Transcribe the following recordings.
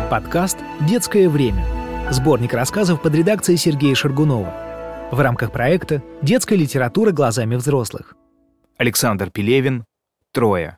Подкаст «Детское время». Сборник рассказов под редакцией Сергея Шаргунова. В рамках проекта «Детская литература глазами взрослых». Александр Пелевин. Троя.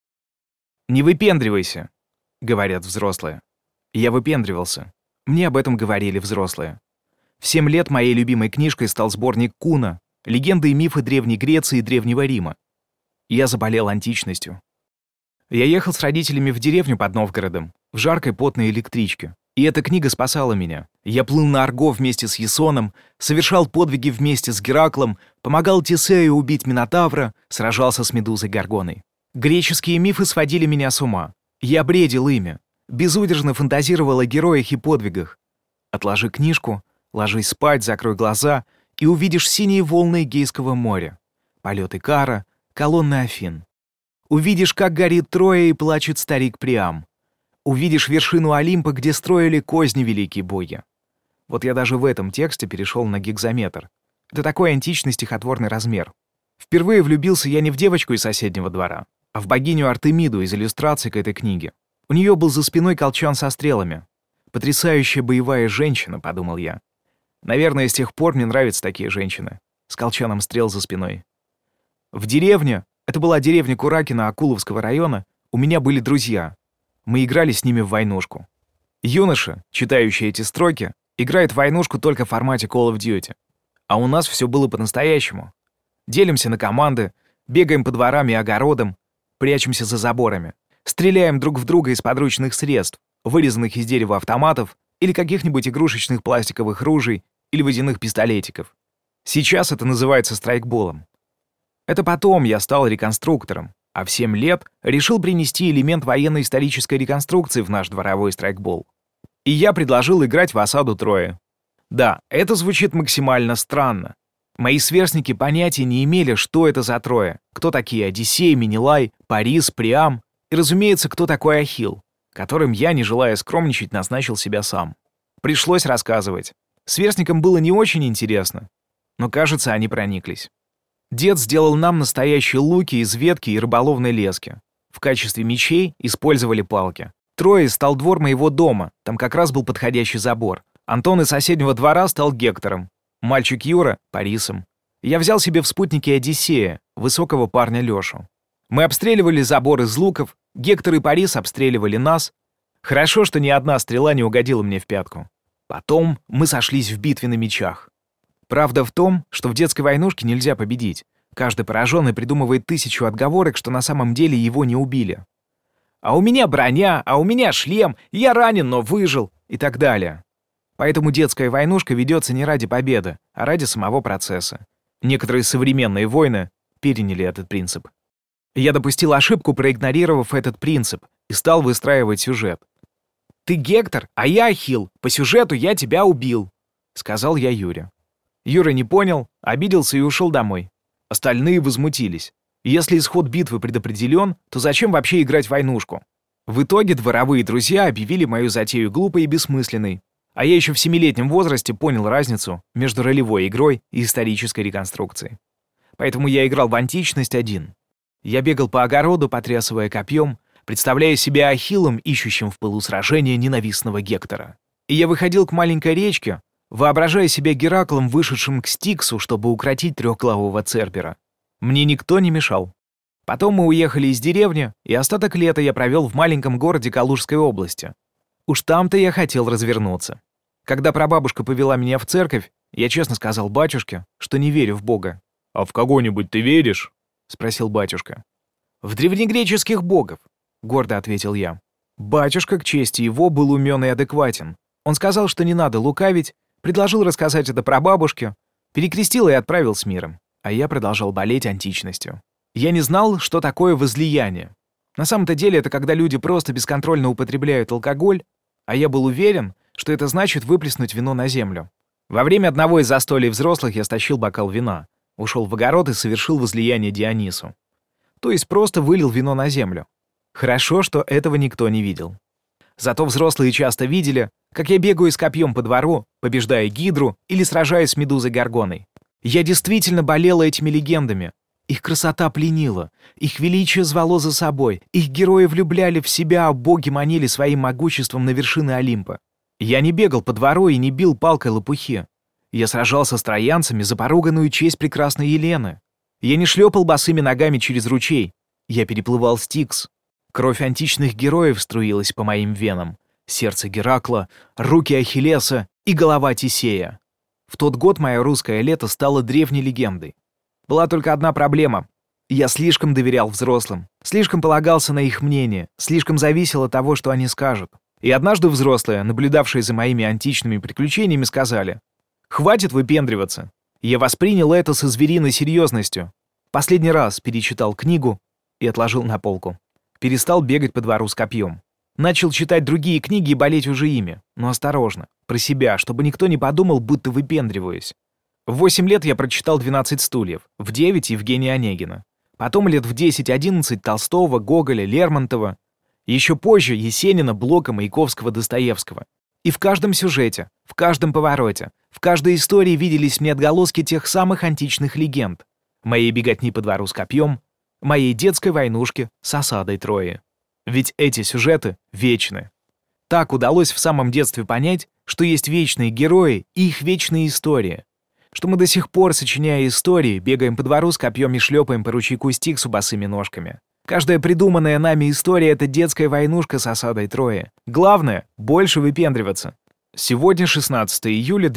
«Не выпендривайся», — говорят взрослые. Я выпендривался. Мне об этом говорили взрослые. В 7 лет моей любимой книжкой стал сборник Куна «Легенды и мифы Древней Греции и Древнего Рима». Я заболел античностью. Я ехал с родителями в деревню под Новгородом, в жаркой потной электричке. И эта книга спасала меня. Я плыл на Арго вместе с Ясоном, совершал подвиги вместе с Гераклом, помогал Тесею убить Минотавра, сражался с Медузой Горгоной. Греческие мифы сводили меня с ума. Я бредил ими, безудержно фантазировал о героях и подвигах. Отложи книжку, ложись спать, закрой глаза, и увидишь синие волны Эгейского моря, полет Икара, колонны Афин. Увидишь, как горит Троя и плачет старик Приам. Увидишь вершину Олимпа, где строили козни великие боги. Вот я даже в этом тексте перешел на гекзаметр. Это такой античный стихотворный размер. Впервые влюбился я не в девочку из соседнего двора, а в богиню Артемиду из иллюстраций к этой книге. У нее был за спиной колчан со стрелами. Потрясающая боевая женщина, подумал я. Наверное, с тех пор мне нравятся такие женщины, с колчаном стрел за спиной. В деревне, это была деревня Куракина Акуловского района, у меня были друзья. Мы играли с ними в войнушку. Юноша, читающий эти строки, играет в войнушку только в формате Call of Duty. А у нас все было по-настоящему. Делимся на команды, бегаем по дворам и огородам, прячемся за заборами, стреляем друг в друга из подручных средств, вырезанных из дерева автоматов или каких-нибудь игрушечных пластиковых ружей или водяных пистолетиков. Сейчас это называется страйкболом. Это потом я стал реконструктором, а в 7 лет решил принести элемент военно-исторической реконструкции в наш дворовой страйкбол. И я предложил играть в осаду Трои. Да, это звучит максимально странно. Мои сверстники понятия не имели, что это за Троя, кто такие Одиссей, Менелай, Парис, Приам и, разумеется, кто такой Ахилл, которым я, не желая скромничать, назначил себя сам. Пришлось рассказывать. Сверстникам было не очень интересно, но, кажется, они прониклись. Дед сделал нам настоящие луки из ветки и рыболовной лески. В качестве мечей использовали палки. Троей стал двор моего дома, там как раз был подходящий забор. Антон из соседнего двора стал Гектором. Мальчик Юра — Парисом. Я взял себе в спутники Одиссея, высокого парня Лёшу. Мы обстреливали забор из луков, Гектор и Парис обстреливали нас. Хорошо, что ни одна стрела не угодила мне в пятку. Потом мы сошлись в битве на мечах. Правда в том, что в детской войнушке нельзя победить. Каждый пораженный придумывает 1000 отговорок, что на самом деле его не убили. А у меня броня, а у меня шлем, я ранен, но выжил и так далее. Поэтому детская войнушка ведется не ради победы, а ради самого процесса. Некоторые современные войны переняли этот принцип. Я допустил ошибку, проигнорировав этот принцип, и стал выстраивать сюжет. «Ты Гектор, а я Ахилл. По сюжету я тебя убил», — сказал я Юре. Юра не понял, обиделся и ушел домой. Остальные возмутились. Если исход битвы предопределен, то зачем вообще играть в войнушку? В итоге дворовые друзья объявили мою затею глупой и бессмысленной. А я еще в 7-летнем возрасте понял разницу между ролевой игрой и исторической реконструкцией. Поэтому я играл в античность один. Я бегал по огороду, потрясывая копьем, представляя себя Ахиллом, ищущим в пылу сражения ненавистного Гектора. И я выходил к маленькой речке, воображая себя Гераклом, вышедшим к Стиксу, чтобы укротить трехглавого Цербера. Мне никто не мешал. Потом мы уехали из деревни, и остаток лета я провел в маленьком городе Калужской области. Уж там-то я хотел развернуться. Когда прабабушка повела меня в церковь, я честно сказал батюшке, что не верю в Бога. «А в кого-нибудь ты веришь?» — спросил батюшка. «В древнегреческих богов», — гордо ответил я. Батюшка, к чести его, был умен и адекватен. Он сказал, что не надо лукавить, предложил рассказать это прабабушке, перекрестил и отправил с миром. А я продолжал болеть античностью. Я не знал, что такое возлияние. На самом-то деле это когда люди просто бесконтрольно употребляют алкоголь, а я был уверен, что это значит выплеснуть вино на землю. Во время одного из застолий взрослых я стащил бокал вина, ушел в огород и совершил возлияние Дионису. То есть просто вылил вино на землю. Хорошо, что этого никто не видел. Зато взрослые часто видели, как я бегаю с копьем по двору, побеждая Гидру или сражаюсь с Медузой Горгоной. Я действительно болел этими легендами. Их красота пленила, их величие звало за собой, их герои влюбляли в себя, а боги манили своим могуществом на вершины Олимпа. Я не бегал по двору и не бил палкой лопухи. Я сражался с троянцами за поруганную честь прекрасной Елены. Я не шлепал босыми ногами через ручей. Я переплывал Стикс. Кровь античных героев струилась по моим венам. Сердце Геракла, руки Ахиллеса и голова Тесея. В тот год мое русское лето стало древней легендой. Была только одна проблема. Я слишком доверял взрослым, слишком полагался на их мнение, слишком зависел от того, что они скажут. И однажды взрослые, наблюдавшие за моими античными приключениями, сказали: «Хватит выпендриваться». Я воспринял это со звериной серьезностью. Последний раз перечитал книгу и отложил на полку. Перестал бегать по двору с копьем. Начал читать другие книги и болеть уже ими, но осторожно, про себя, чтобы никто не подумал, будто выпендриваюсь. В 8 лет я прочитал «12 стульев», в 9 — Евгения Онегина. Потом лет в 10-11 Толстого, Гоголя, Лермонтова. Еще позже Есенина, Блока, Маяковского, Достоевского. И в каждом сюжете, в каждом повороте, в каждой истории виделись мне отголоски тех самых античных легенд. Моей беготни по двору с копьем, моей детской войнушки с осадой Трои. Ведь эти сюжеты вечны. Так удалось в самом детстве понять, что есть вечные герои и их вечные истории. Что мы до сих пор, сочиняя истории, бегаем по двору с копьем и шлепаем по ручейку Стиксу босыми ножками. Каждая придуманная нами история — это детская войнушка с осадой Трои. Главное — больше выпендриваться. Сегодня 16 июля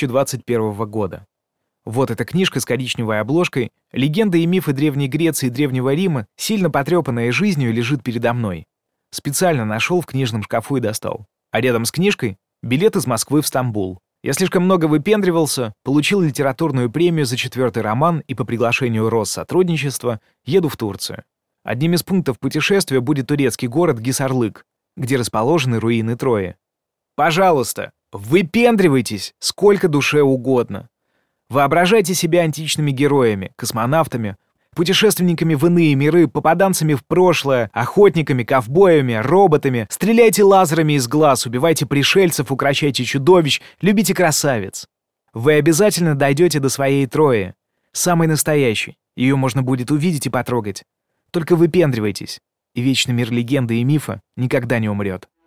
2021 года. Вот эта книжка с коричневой обложкой «Легенды и мифы Древней Греции и Древнего Рима», сильно потрепанная жизнью, лежит передо мной. Специально нашел в книжном шкафу и достал. А рядом с книжкой — билет из Москвы в Стамбул. Я слишком много выпендривался, получил литературную премию за 4-й роман и по приглашению Россотрудничества еду в Турцию. Одним из пунктов путешествия будет турецкий город Гисарлык, где расположены руины Трои. Пожалуйста, выпендривайтесь сколько душе угодно. Воображайте себя античными героями, космонавтами, путешественниками в иные миры, попаданцами в прошлое, охотниками, ковбоями, роботами. Стреляйте лазерами из глаз, убивайте пришельцев, укрощайте чудовищ, любите красавиц. Вы обязательно дойдете до своей Трои, самой настоящей. Ее можно будет увидеть и потрогать. Только выпендривайтесь, и вечный мир легенды и мифа никогда не умрет.